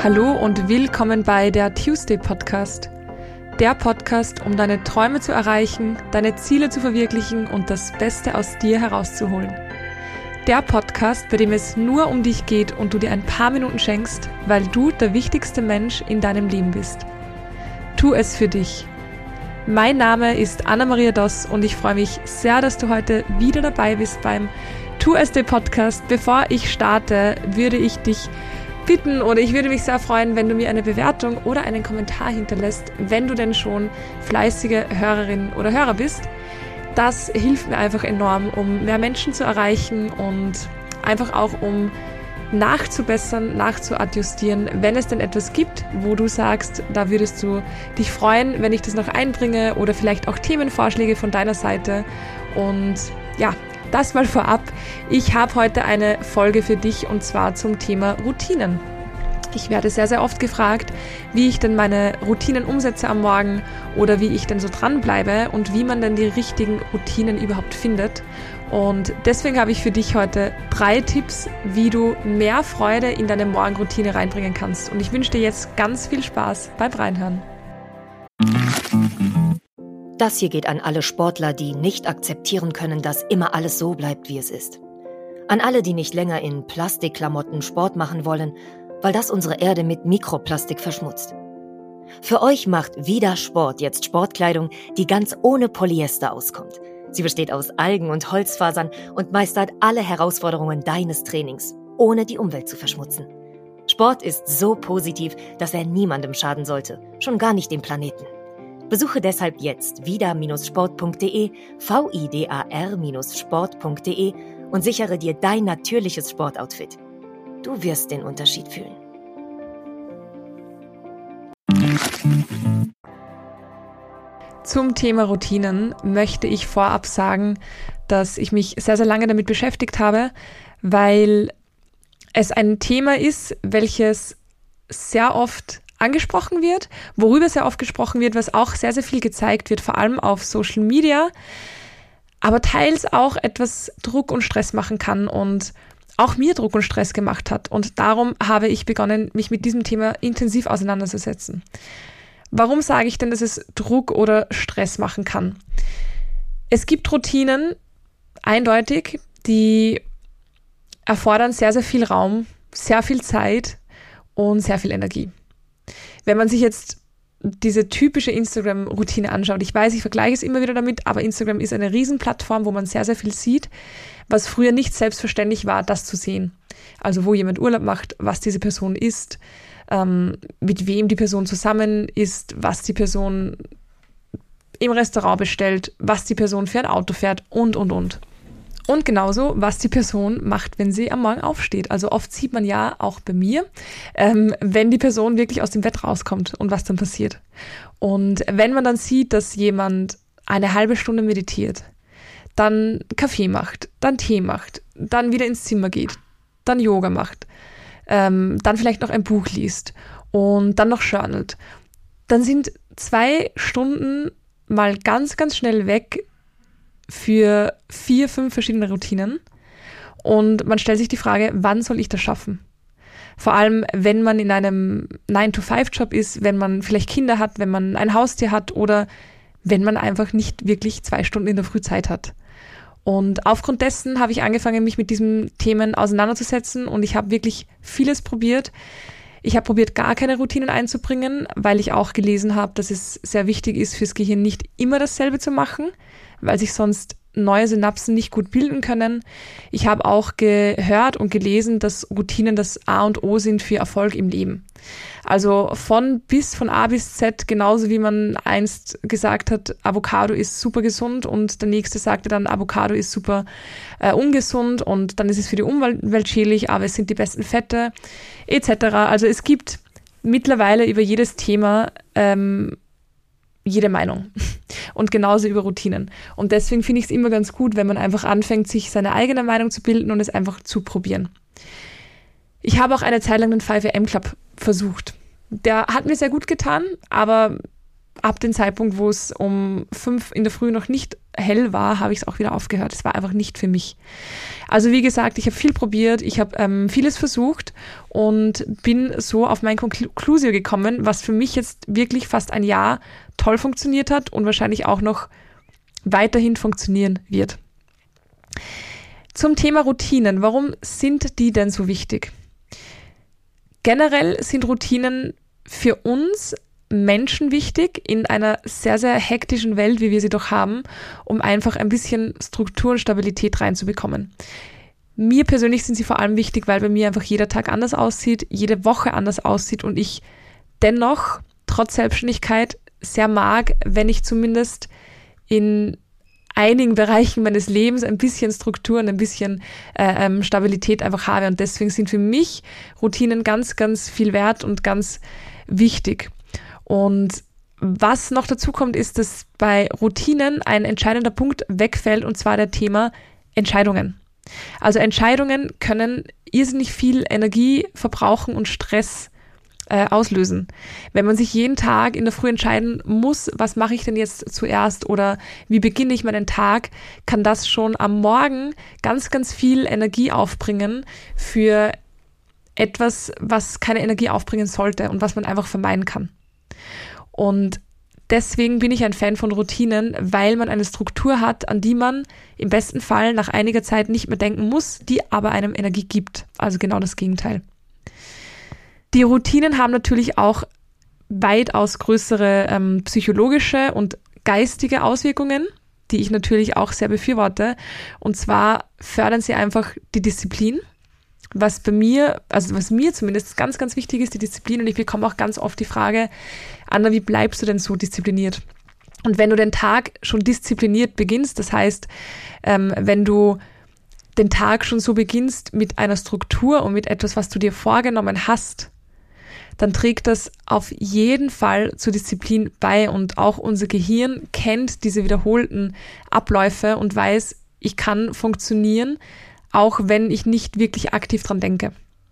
Hallo und willkommen bei der Tuesday Podcast. Der Podcast, um deine Träume zu erreichen, deine Ziele zu verwirklichen und das Beste aus dir herauszuholen. Der Podcast, bei dem es nur um dich geht und du dir ein paar Minuten schenkst, weil du der wichtigste Mensch in deinem Leben bist. Tu es für dich. Mein Name ist Anna-Maria Doss und ich freue mich sehr, dass du heute wieder dabei bist beim Tuesday Podcast. Bevor ich starte, würde ich dich bitten oder ich würde mich sehr freuen, wenn du mir eine Bewertung oder einen Kommentar hinterlässt, wenn du denn schon fleißige Hörerin oder Hörer bist. Das hilft mir einfach enorm, um mehr Menschen zu erreichen und einfach auch um nachzubessern, nachzuadjustieren, wenn es denn etwas gibt, wo du sagst, da würdest du dich freuen, wenn ich das noch einbringe oder vielleicht auch Themenvorschläge von deiner Seite. Und ja, das mal vorab. Ich habe heute eine Folge für dich und zwar zum Thema Routinen. Ich werde sehr, sehr oft gefragt, wie ich denn meine Routinen umsetze am Morgen oder wie ich denn so dranbleibe und wie man denn die richtigen Routinen überhaupt findet. Und deswegen habe ich für dich heute 3 Tipps, wie du mehr Freude in deine Morgenroutine reinbringen kannst. Und ich wünsche dir jetzt ganz viel Spaß beim Reinhören. Das hier geht an alle Sportler, die nicht akzeptieren können, dass immer alles so bleibt, wie es ist. An alle, die nicht länger in Plastikklamotten Sport machen wollen, weil das unsere Erde mit Mikroplastik verschmutzt. Für euch macht Vida Sport jetzt Sportkleidung, die ganz ohne Polyester auskommt. Sie besteht aus Algen und Holzfasern und meistert alle Herausforderungen deines Trainings, ohne die Umwelt zu verschmutzen. Sport ist so positiv, dass er niemandem schaden sollte, schon gar nicht dem Planeten. Besuche deshalb jetzt vida-sport.de, vidar-sport.de und sichere dir dein natürliches Sportoutfit. Du wirst den Unterschied fühlen. Zum Thema Routinen möchte ich vorab sagen, dass ich mich sehr, sehr lange damit beschäftigt habe, weil es ein Thema ist, welches sehr oft angesprochen wird, worüber sehr oft gesprochen wird, was auch sehr, sehr viel gezeigt wird, vor allem auf Social Media, aber teils auch etwas Druck und Stress machen kann und auch mir Druck und Stress gemacht hat. Und darum habe ich begonnen, mich mit diesem Thema intensiv auseinanderzusetzen. Warum sage ich denn, dass es Druck oder Stress machen kann? Es gibt Routinen, eindeutig, die erfordern sehr, sehr viel Raum, sehr viel Zeit und sehr viel Energie. Wenn man sich jetzt diese typische Instagram-Routine anschaut, ich weiß, ich vergleiche es immer wieder damit, aber Instagram ist eine Riesenplattform, wo man sehr, sehr viel sieht, was früher nicht selbstverständlich war, das zu sehen. Also wo jemand Urlaub macht, was diese Person isst, mit wem die Person zusammen ist, was die Person im Restaurant bestellt, was die Person für ein Auto fährt und. Und genauso, was die Person macht, wenn sie am Morgen aufsteht. Also oft sieht man ja auch bei mir, wenn die Person wirklich aus dem Bett rauskommt und was dann passiert. Und wenn man dann sieht, dass jemand eine halbe Stunde meditiert, dann Kaffee macht, dann Tee macht, dann wieder ins Zimmer geht, dann Yoga macht, dann vielleicht noch ein Buch liest und dann noch journalt, dann sind 2 Stunden mal ganz, ganz schnell weg für 4, 5 verschiedene Routinen und man stellt sich die Frage, wann soll ich das schaffen? Vor allem, wenn man in einem 9-to-5-Job ist, wenn man vielleicht Kinder hat, wenn man ein Haustier hat oder wenn man einfach nicht wirklich 2 Stunden in der Früh Zeit hat. Und aufgrund dessen habe ich angefangen, mich mit diesen Themen auseinanderzusetzen und ich habe wirklich vieles probiert. Ich habe probiert, gar keine Routinen einzubringen, weil ich auch gelesen habe, dass es sehr wichtig ist, fürs Gehirn nicht immer dasselbe zu machen, weil sich sonst neue Synapsen nicht gut bilden können. Ich habe auch gehört und gelesen, dass Routinen das A und O sind für Erfolg im Leben. Also von A bis Z, genauso wie man einst gesagt hat, Avocado ist super gesund und der nächste sagte dann, Avocado ist super ungesund und dann ist es für die Umwelt schädlich, aber es sind die besten Fette etc. Also es gibt mittlerweile über jedes Thema jede Meinung und genauso über Routinen. Und deswegen finde ich es immer ganz gut, wenn man einfach anfängt, sich seine eigene Meinung zu bilden und es einfach zu probieren. Ich habe auch eine Zeit lang den 5 AM Club versucht. Der hat mir sehr gut getan, aber ab dem Zeitpunkt, wo es um 5 in der Früh noch nicht hell war, habe ich es auch wieder aufgehört. Es war einfach nicht für mich. Also wie gesagt, ich habe viel probiert, ich habe vieles versucht und bin so auf mein Conclusio gekommen, was für mich jetzt wirklich fast ein Jahr toll funktioniert hat und wahrscheinlich auch noch weiterhin funktionieren wird. Zum Thema Routinen. Warum sind die denn so wichtig? Generell sind Routinen für uns Menschen wichtig in einer sehr, sehr hektischen Welt, wie wir sie doch haben, um einfach ein bisschen Struktur und Stabilität reinzubekommen. Mir persönlich sind sie vor allem wichtig, weil bei mir einfach jeder Tag anders aussieht, jede Woche anders aussieht und ich dennoch trotz Selbstständigkeit sehr mag, wenn ich zumindest in einigen Bereichen meines Lebens ein bisschen Struktur und ein bisschen Stabilität einfach habe. Und deswegen sind für mich Routinen ganz, ganz viel wert und ganz wichtig. Und was noch dazu kommt, ist, dass bei Routinen ein entscheidender Punkt wegfällt, und zwar der Thema Entscheidungen. Also Entscheidungen können irrsinnig viel Energie verbrauchen und Stress auslösen. Wenn man sich jeden Tag in der Früh entscheiden muss, was mache ich denn jetzt zuerst oder wie beginne ich meinen Tag, kann das schon am Morgen ganz, ganz viel Energie aufbringen für etwas, was keine Energie aufbringen sollte und was man einfach vermeiden kann. Und deswegen bin ich ein Fan von Routinen, weil man eine Struktur hat, an die man im besten Fall nach einiger Zeit nicht mehr denken muss, die aber einem Energie gibt. Also genau das Gegenteil. Die Routinen haben natürlich auch weitaus größere psychologische und geistige Auswirkungen, die ich natürlich auch sehr befürworte. Und zwar fördern sie einfach die Disziplin, was mir zumindest ganz, ganz wichtig ist, die Disziplin. Und ich bekomme auch ganz oft die Frage, Anna, wie bleibst du denn so diszipliniert? Und wenn du den Tag schon diszipliniert beginnst, das heißt, wenn du den Tag schon so beginnst mit einer Struktur und mit etwas, was du dir vorgenommen hast, dann trägt das auf jeden Fall zur Disziplin bei und auch unser Gehirn kennt diese wiederholten Abläufe und weiß, ich kann funktionieren, auch wenn ich nicht wirklich aktiv dran denke.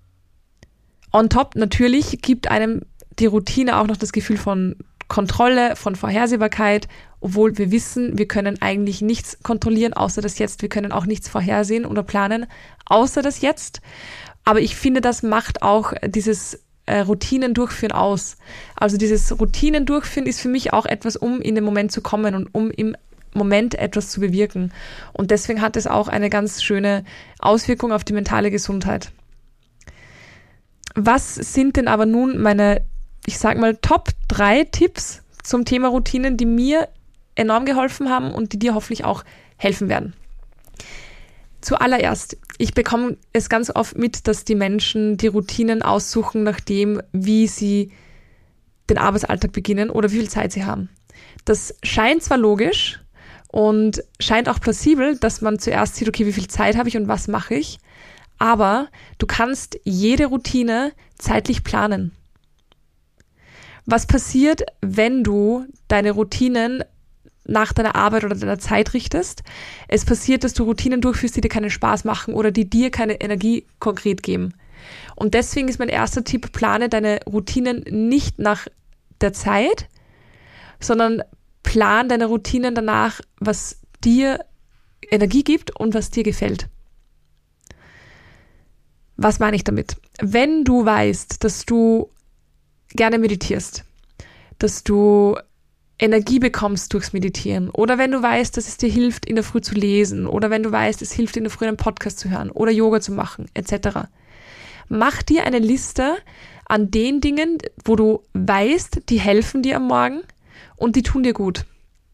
On top natürlich gibt einem die Routine auch noch das Gefühl von Kontrolle, von Vorhersehbarkeit, obwohl wir wissen, wir können eigentlich nichts kontrollieren, außer das Jetzt. Wir können auch nichts vorhersehen oder planen, außer das Jetzt. Aber ich finde, das macht auch dieses Routinen durchführen aus. Also dieses Routinen durchführen ist für mich auch etwas, um in den Moment zu kommen und um im Moment etwas zu bewirken. Und deswegen hat es auch eine ganz schöne Auswirkung auf die mentale Gesundheit. Was sind denn aber nun meine, ich sag mal, Top 3 Tipps zum Thema Routinen, die mir enorm geholfen haben und die dir hoffentlich auch helfen werden? Zuallererst, ich bekomme es ganz oft mit, dass die Menschen die Routinen aussuchen, nachdem, wie sie den Arbeitsalltag beginnen oder wie viel Zeit sie haben. Das scheint zwar logisch und scheint auch plausibel, dass man zuerst sieht, okay, wie viel Zeit habe ich und was mache ich, aber du kannst jede Routine zeitlich planen. Was passiert, wenn du deine Routinen nach deiner Arbeit oder deiner Zeit richtest? Es passiert, dass du Routinen durchführst, die dir keinen Spaß machen oder die dir keine Energie konkret geben. Und deswegen ist mein erster Tipp, plane deine Routinen nicht nach der Zeit, sondern plan deine Routinen danach, was dir Energie gibt und was dir gefällt. Was meine ich damit? Wenn du weißt, dass du gerne meditierst, dass du Energie bekommst durchs Meditieren oder wenn du weißt, dass es dir hilft, in der Früh zu lesen oder wenn du weißt, es hilft, in der Früh einen Podcast zu hören oder Yoga zu machen, etc. Mach dir eine Liste an den Dingen, wo du weißt, die helfen dir am Morgen und die tun dir gut.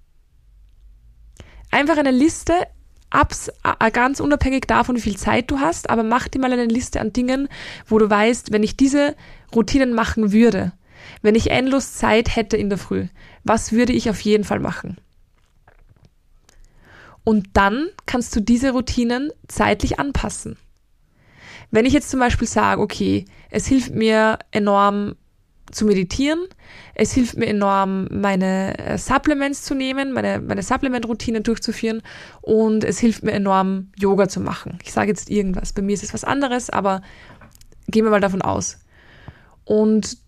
Einfach eine Liste, ganz unabhängig davon, wie viel Zeit du hast, aber mach dir mal eine Liste an Dingen, wo du weißt, wenn ich diese Routinen machen würde, wenn ich endlos Zeit hätte in der Früh, was würde ich auf jeden Fall machen? Und dann kannst du diese Routinen zeitlich anpassen. Wenn ich jetzt zum Beispiel sage, okay, es hilft mir enorm zu meditieren, es hilft mir enorm, meine Supplements zu nehmen, meine Supplement-Routinen durchzuführen und es hilft mir enorm, Yoga zu machen. Ich sage jetzt irgendwas, bei mir ist es was anderes, aber gehen wir mal davon aus. Und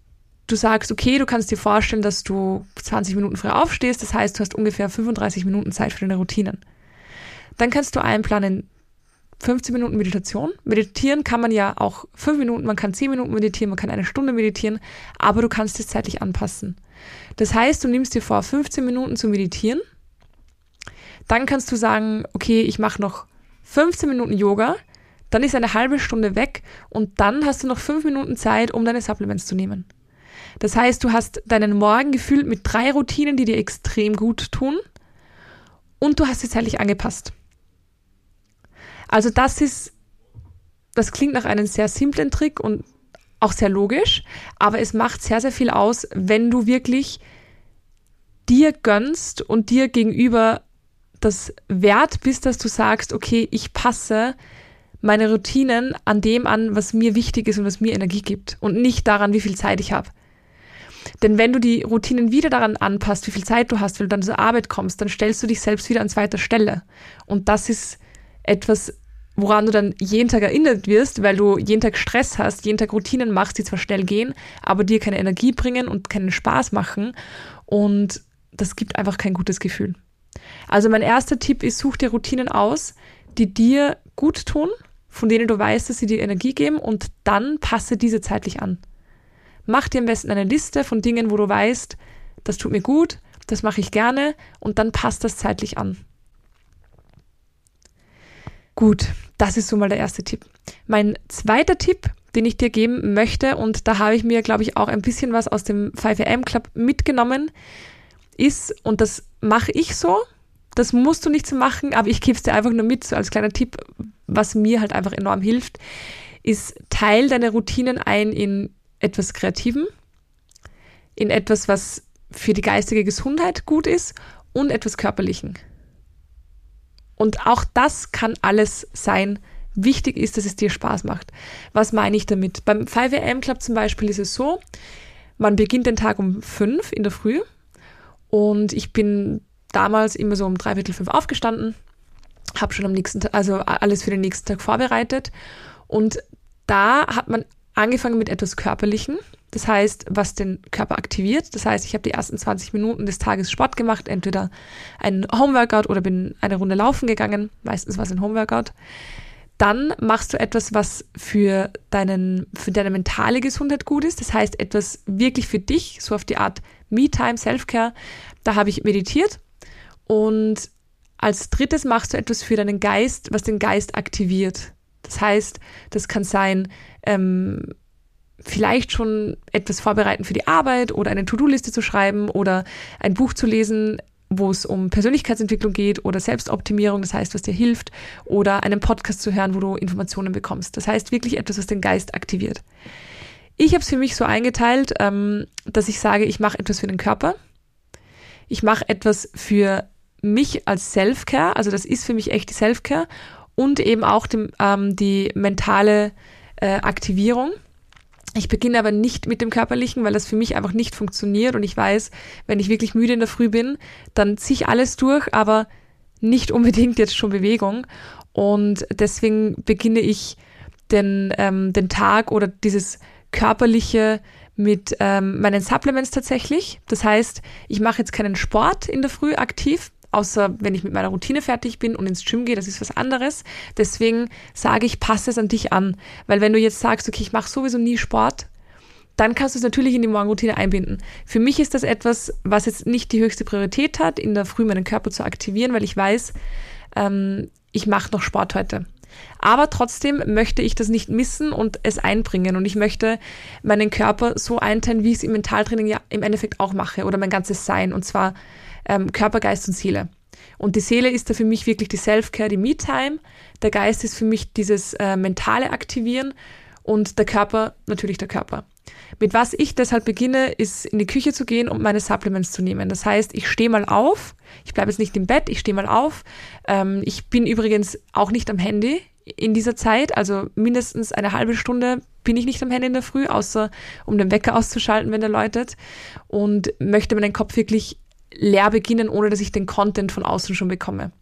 du sagst, okay, du kannst dir vorstellen, dass du 20 Minuten früher aufstehst, das heißt, du hast ungefähr 35 Minuten Zeit für deine Routinen. Dann kannst du einplanen 15 Minuten Meditation. Meditieren kann man ja auch 5 Minuten, man kann 10 Minuten meditieren, man kann 1 Stunde meditieren, aber du kannst es zeitlich anpassen. Das heißt, du nimmst dir vor, 15 Minuten zu meditieren. Dann kannst du sagen, okay, ich mache noch 15 Minuten Yoga, dann ist eine halbe Stunde weg und dann hast du noch 5 Minuten Zeit, um deine Supplements zu nehmen. Das heißt, du hast deinen Morgen gefüllt mit 3 Routinen, die dir extrem gut tun und du hast sie zeitlich angepasst. Also das klingt nach einem sehr simplen Trick und auch sehr logisch, aber es macht sehr, sehr viel aus, wenn du wirklich dir gönnst und dir gegenüber das wert bist, dass du sagst, okay, ich passe meine Routinen an dem an, was mir wichtig ist und was mir Energie gibt und nicht daran, wie viel Zeit ich habe. Denn wenn du die Routinen wieder daran anpasst, wie viel Zeit du hast, weil du dann zur Arbeit kommst, dann stellst du dich selbst wieder an zweiter Stelle. Und das ist etwas, woran du dann jeden Tag erinnert wirst, weil du jeden Tag Stress hast, jeden Tag Routinen machst, die zwar schnell gehen, aber dir keine Energie bringen und keinen Spaß machen. Und das gibt einfach kein gutes Gefühl. Also mein erster Tipp ist, such dir Routinen aus, die dir gut tun, von denen du weißt, dass sie dir Energie geben und dann passe diese zeitlich an. Mach dir am besten eine Liste von Dingen, wo du weißt, das tut mir gut, das mache ich gerne und dann passt das zeitlich an. Gut, das ist so mal der erste Tipp. Mein zweiter Tipp, den ich dir geben möchte, und da habe ich mir, glaube ich, auch ein bisschen was aus dem 5am Club mitgenommen, ist, und das mache ich so, das musst du nicht so machen, aber ich gebe es dir einfach nur mit, so als kleiner Tipp, was mir halt einfach enorm hilft, ist, teil deine Routinen ein in etwas Kreativem, in etwas, was für die geistige Gesundheit gut ist und etwas Körperlichen. Und auch das kann alles sein. Wichtig ist, dass es dir Spaß macht. Was meine ich damit? Beim 5am Club zum Beispiel ist es so, man beginnt den Tag um 5 in der Früh und ich bin damals immer so um 4:45 aufgestanden, habe schon am nächsten Tag, also alles für den nächsten Tag vorbereitet und da hat man angefangen mit etwas Körperlichem, das heißt, was den Körper aktiviert. Das heißt, ich habe die ersten 20 Minuten des Tages Sport gemacht, entweder ein Homeworkout oder bin eine Runde laufen gegangen. Meistens war es ein Homeworkout. Dann machst du etwas, was für deine mentale Gesundheit gut ist. Das heißt, etwas wirklich für dich, so auf die Art Me-Time, Self-Care. Da habe ich meditiert. Und als drittes machst du etwas für deinen Geist, was den Geist aktiviert. Das heißt, das kann sein, vielleicht schon etwas vorbereiten für die Arbeit oder eine To-Do-Liste zu schreiben oder ein Buch zu lesen, wo es um Persönlichkeitsentwicklung geht oder Selbstoptimierung, das heißt, was dir hilft, oder einen Podcast zu hören, wo du Informationen bekommst. Das heißt, wirklich etwas, was den Geist aktiviert. Ich habe es für mich so eingeteilt, dass ich sage, ich mache etwas für den Körper. Ich mache etwas für mich als Self-Care, also das ist für mich echt die Self-Care und eben auch die mentale Aktivierung. Ich beginne aber nicht mit dem Körperlichen, weil das für mich einfach nicht funktioniert und ich weiß, wenn ich wirklich müde in der Früh bin, dann ziehe ich alles durch, aber nicht unbedingt jetzt schon Bewegung und deswegen beginne ich den Tag oder dieses Körperliche mit meinen Supplements tatsächlich. Das heißt, ich mache jetzt keinen Sport in der Früh aktiv, außer wenn ich mit meiner Routine fertig bin und ins Gym gehe, das ist was anderes. Deswegen sage ich, passe es an dich an. Weil wenn du jetzt sagst, okay, ich mache sowieso nie Sport, dann kannst du es natürlich in die Morgenroutine einbinden. Für mich ist das etwas, was jetzt nicht die höchste Priorität hat, in der Früh meinen Körper zu aktivieren, weil ich weiß, ich mache noch Sport heute. Aber trotzdem möchte ich das nicht missen und es einbringen. Und ich möchte meinen Körper so einteilen, wie ich es im Mentaltraining ja im Endeffekt auch mache oder mein ganzes Sein. Und zwar Körper, Geist und Seele. Und die Seele ist da für mich wirklich die Self-Care, die Me-Time. Der Geist ist für mich dieses mentale Aktivieren und der Körper natürlich der Körper. Mit was ich deshalb beginne, ist in die Küche zu gehen und meine Supplements zu nehmen. Das heißt, ich stehe mal auf, ich bleibe jetzt nicht im Bett, ich stehe mal auf. Ich bin übrigens auch nicht am Handy in dieser Zeit, also mindestens eine halbe Stunde bin ich nicht am Handy in der Früh, außer um den Wecker auszuschalten, wenn der läutet, und möchte meinen Kopf wirklich leer beginnen, ohne dass ich den Content von außen schon bekomme.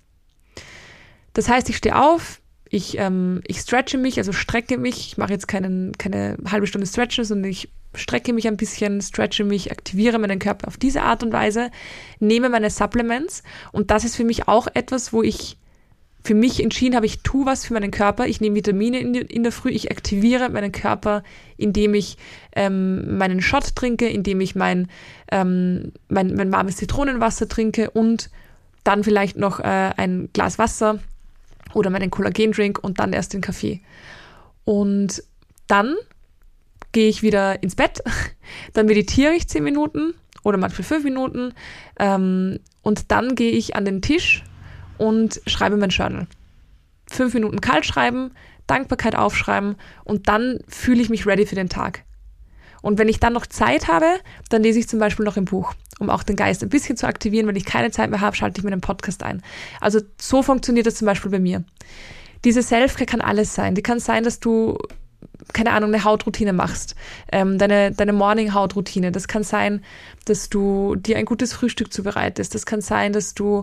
Das heißt, ich stehe auf, ich stretche mich, also strecke mich. Ich mache jetzt keine halbe Stunde Stretchen, sondern ich strecke mich ein bisschen, stretche mich, aktiviere meinen Körper auf diese Art und Weise, nehme meine Supplements und das ist für mich auch etwas, wo ich für mich entschieden habe, ich tue was für meinen Körper, ich nehme Vitamine in der Früh, ich aktiviere meinen Körper, indem ich meinen Shot trinke, indem ich mein warmes Zitronenwasser trinke und dann vielleicht noch ein Glas Wasser oder meinen Kollagendrink und dann erst den Kaffee. Und dann gehe ich wieder ins Bett, dann meditiere ich 10 Minuten oder manchmal 5 Minuten und dann gehe ich an den Tisch und schreibe mein Journal. 5 Minuten kalt schreiben, Dankbarkeit aufschreiben und dann fühle ich mich ready für den Tag. Und wenn ich dann noch Zeit habe, dann lese ich zum Beispiel noch ein Buch, um auch den Geist ein bisschen zu aktivieren. Wenn ich keine Zeit mehr habe, schalte ich mir einen Podcast ein. Also so funktioniert das zum Beispiel bei mir. Diese Selfcare kann alles sein. Die kann sein, dass du, keine Ahnung, eine Hautroutine machst, deine Morning-Hautroutine. Das kann sein, dass du dir ein gutes Frühstück zubereitest. Das kann sein, dass du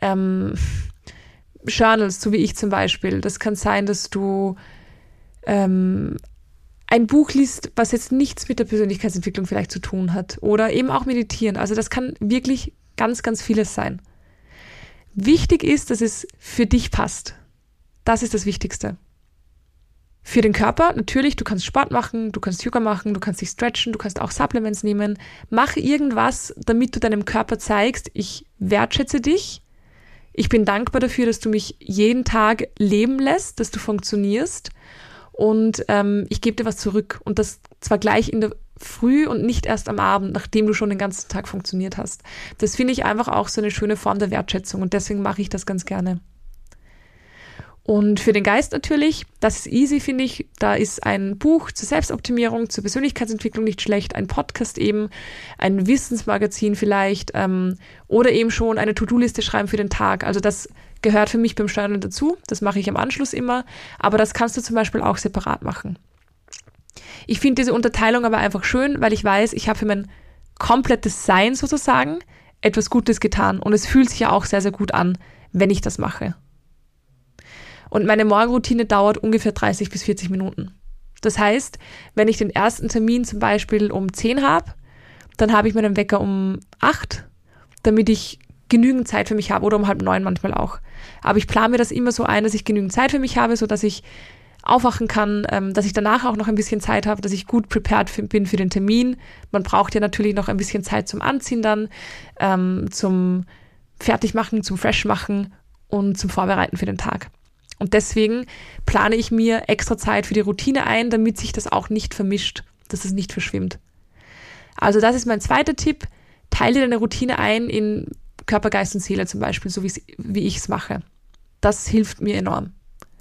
journalst, so wie ich zum Beispiel. Das kann sein, dass du ein Buch liest, was jetzt nichts mit der Persönlichkeitsentwicklung vielleicht zu tun hat. Oder eben auch meditieren. Also das kann wirklich ganz, ganz vieles sein. Wichtig ist, dass es für dich passt. Das ist das Wichtigste. Für den Körper, natürlich, du kannst Sport machen, du kannst Yoga machen, du kannst dich stretchen, du kannst auch Supplements nehmen. Mach irgendwas, damit du deinem Körper zeigst, ich wertschätze dich, ich bin dankbar dafür, dass du mich jeden Tag leben lässt, dass du funktionierst und ich gebe dir was zurück. Und das zwar gleich in der Früh und nicht erst am Abend, nachdem du schon den ganzen Tag funktioniert hast. Das finde ich einfach auch so eine schöne Form der Wertschätzung und deswegen mache ich das ganz gerne. Und für den Geist natürlich, das ist easy, finde ich. Da ist ein Buch zur Selbstoptimierung, zur Persönlichkeitsentwicklung nicht schlecht, ein Podcast eben, ein Wissensmagazin vielleicht oder eben schon eine To-Do-Liste schreiben für den Tag. Also das gehört für mich beim Journal dazu. Das mache ich am Anschluss immer. Aber das kannst du zum Beispiel auch separat machen. Ich finde diese Unterteilung aber einfach schön, weil ich weiß, ich habe für mein komplettes Sein sozusagen etwas Gutes getan. Und es fühlt sich ja auch sehr, sehr gut an, wenn ich das mache. Und meine Morgenroutine dauert ungefähr 30 bis 40 Minuten. Das heißt, wenn ich den ersten Termin zum Beispiel um 10 habe, dann habe ich meinen Wecker um 8, damit ich genügend Zeit für mich habe oder um 8:30 manchmal auch. Aber ich plane mir das immer so ein, dass ich genügend Zeit für mich habe, sodass ich aufwachen kann, dass ich danach auch noch ein bisschen Zeit habe, dass ich gut prepared bin für den Termin. Man braucht ja natürlich noch ein bisschen Zeit zum Anziehen dann, zum Fertigmachen, zum Freshmachen und zum Vorbereiten für den Tag. Und deswegen plane ich mir extra Zeit für die Routine ein, damit sich das auch nicht vermischt, dass es nicht verschwimmt. Also das ist mein zweiter Tipp. Teile deine Routine ein in Körper, Geist und Seele zum Beispiel, so wie ich es mache. Das hilft mir enorm.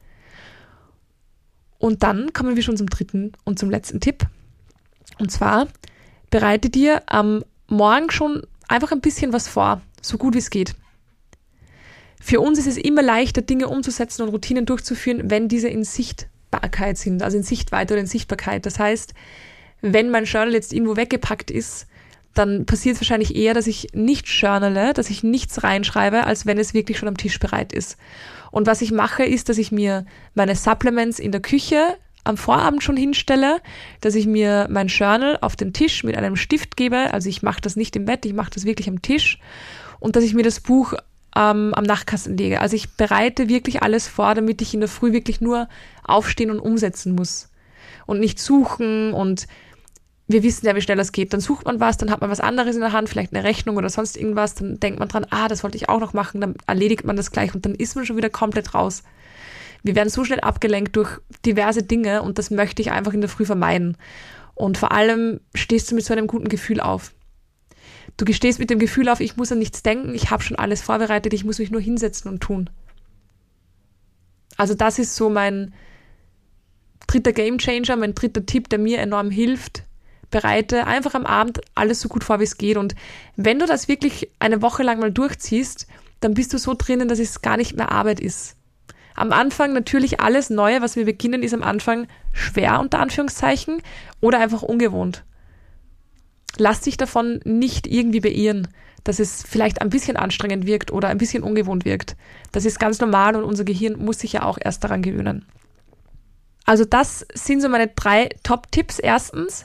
Und dann kommen wir schon zum dritten und zum letzten Tipp. Und zwar bereite dir am Morgen schon einfach ein bisschen was vor, so gut wie es geht. Für uns ist es immer leichter, Dinge umzusetzen und Routinen durchzuführen, wenn diese in Sichtbarkeit sind, also in Sichtweite oder in Sichtbarkeit. Das heißt, wenn mein Journal jetzt irgendwo weggepackt ist, dann passiert es wahrscheinlich eher, dass ich nicht journale, dass ich nichts reinschreibe, als wenn es wirklich schon am Tisch bereit ist. Und was ich mache, ist, dass ich mir meine Supplements in der Küche am Vorabend schon hinstelle, dass ich mir mein Journal auf den Tisch mit einem Stift gebe, also ich mache das nicht im Bett, ich mache das wirklich am Tisch und dass ich mir das Buch am Nachtkasten lege. Also ich bereite wirklich alles vor, damit ich in der Früh wirklich nur aufstehen und umsetzen muss und nicht suchen und wir wissen ja, wie schnell das geht. Dann sucht man was, dann hat man was anderes in der Hand, vielleicht eine Rechnung oder sonst irgendwas, dann denkt man dran, das wollte ich auch noch machen, dann erledigt man das gleich und dann ist man schon wieder komplett raus. Wir werden so schnell abgelenkt durch diverse Dinge und das möchte ich einfach in der Früh vermeiden. Und vor allem stehst du mit so einem guten Gefühl auf. Du stehst mit dem Gefühl auf, ich muss an nichts denken, ich habe schon alles vorbereitet, ich muss mich nur hinsetzen und tun. Also das ist so mein dritter Gamechanger, mein dritter Tipp, der mir enorm hilft. Bereite einfach am Abend alles so gut vor, wie es geht. Und wenn du das wirklich eine Woche lang mal durchziehst, dann bist du so drinnen, dass es gar nicht mehr Arbeit ist. Am Anfang natürlich alles Neue, was wir beginnen, ist am Anfang schwer, unter Anführungszeichen, oder einfach ungewohnt. Lass dich davon nicht irgendwie beirren, dass es vielleicht ein bisschen anstrengend wirkt oder ein bisschen ungewohnt wirkt. Das ist ganz normal und unser Gehirn muss sich ja auch erst daran gewöhnen. Also das sind so meine 3 Top-Tipps. Erstens,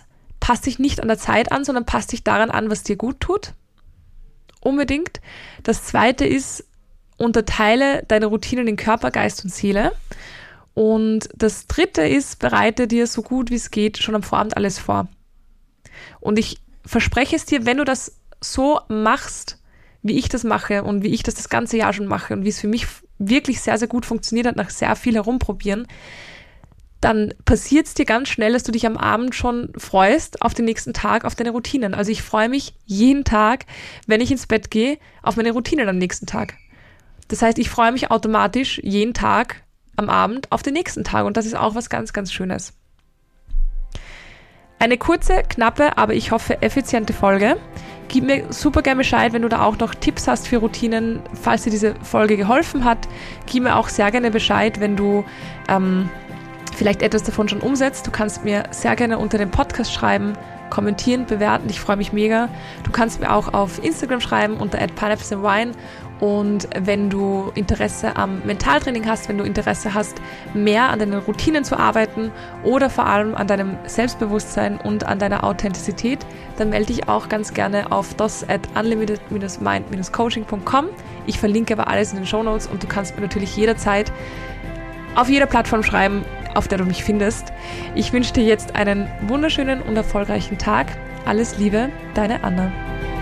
passt dich nicht an der Zeit an, sondern passt dich daran an, was dir gut tut. Unbedingt. Das zweite ist, unterteile deine Routinen in Körper, Geist und Seele. Und das dritte ist, bereite dir so gut wie es geht schon am Vorabend alles vor. Und ich verspreche es dir, wenn du das so machst, wie ich das mache und wie ich das ganze Jahr schon mache und wie es für mich wirklich sehr, sehr gut funktioniert hat, nach sehr viel herumprobieren, dann passiert es dir ganz schnell, dass du dich am Abend schon freust auf den nächsten Tag, auf deine Routinen. Also ich freue mich jeden Tag, wenn ich ins Bett gehe, auf meine Routinen am nächsten Tag. Das heißt, ich freue mich automatisch jeden Tag am Abend auf den nächsten Tag und das ist auch was ganz, ganz Schönes. Eine kurze, knappe, aber ich hoffe effiziente Folge. Gib mir super gerne Bescheid, wenn du da auch noch Tipps hast für Routinen, falls dir diese Folge geholfen hat. Gib mir auch sehr gerne Bescheid, wenn du vielleicht etwas davon schon umsetzt. Du kannst mir sehr gerne unter dem Podcast schreiben, kommentieren, bewerten. Ich freue mich mega. Du kannst mir auch auf Instagram schreiben unter @pineapplesandwine. Und wenn du Interesse am Mentaltraining hast, wenn du Interesse hast, mehr an deinen Routinen zu arbeiten oder vor allem an deinem Selbstbewusstsein und an deiner Authentizität, dann melde dich auch ganz gerne auf dos@unlimited-mind-coaching.com. Ich verlinke aber alles in den Shownotes und du kannst mir natürlich jederzeit auf jeder Plattform schreiben, auf der du mich findest. Ich wünsche dir jetzt einen wunderschönen und erfolgreichen Tag. Alles Liebe, deine Anna.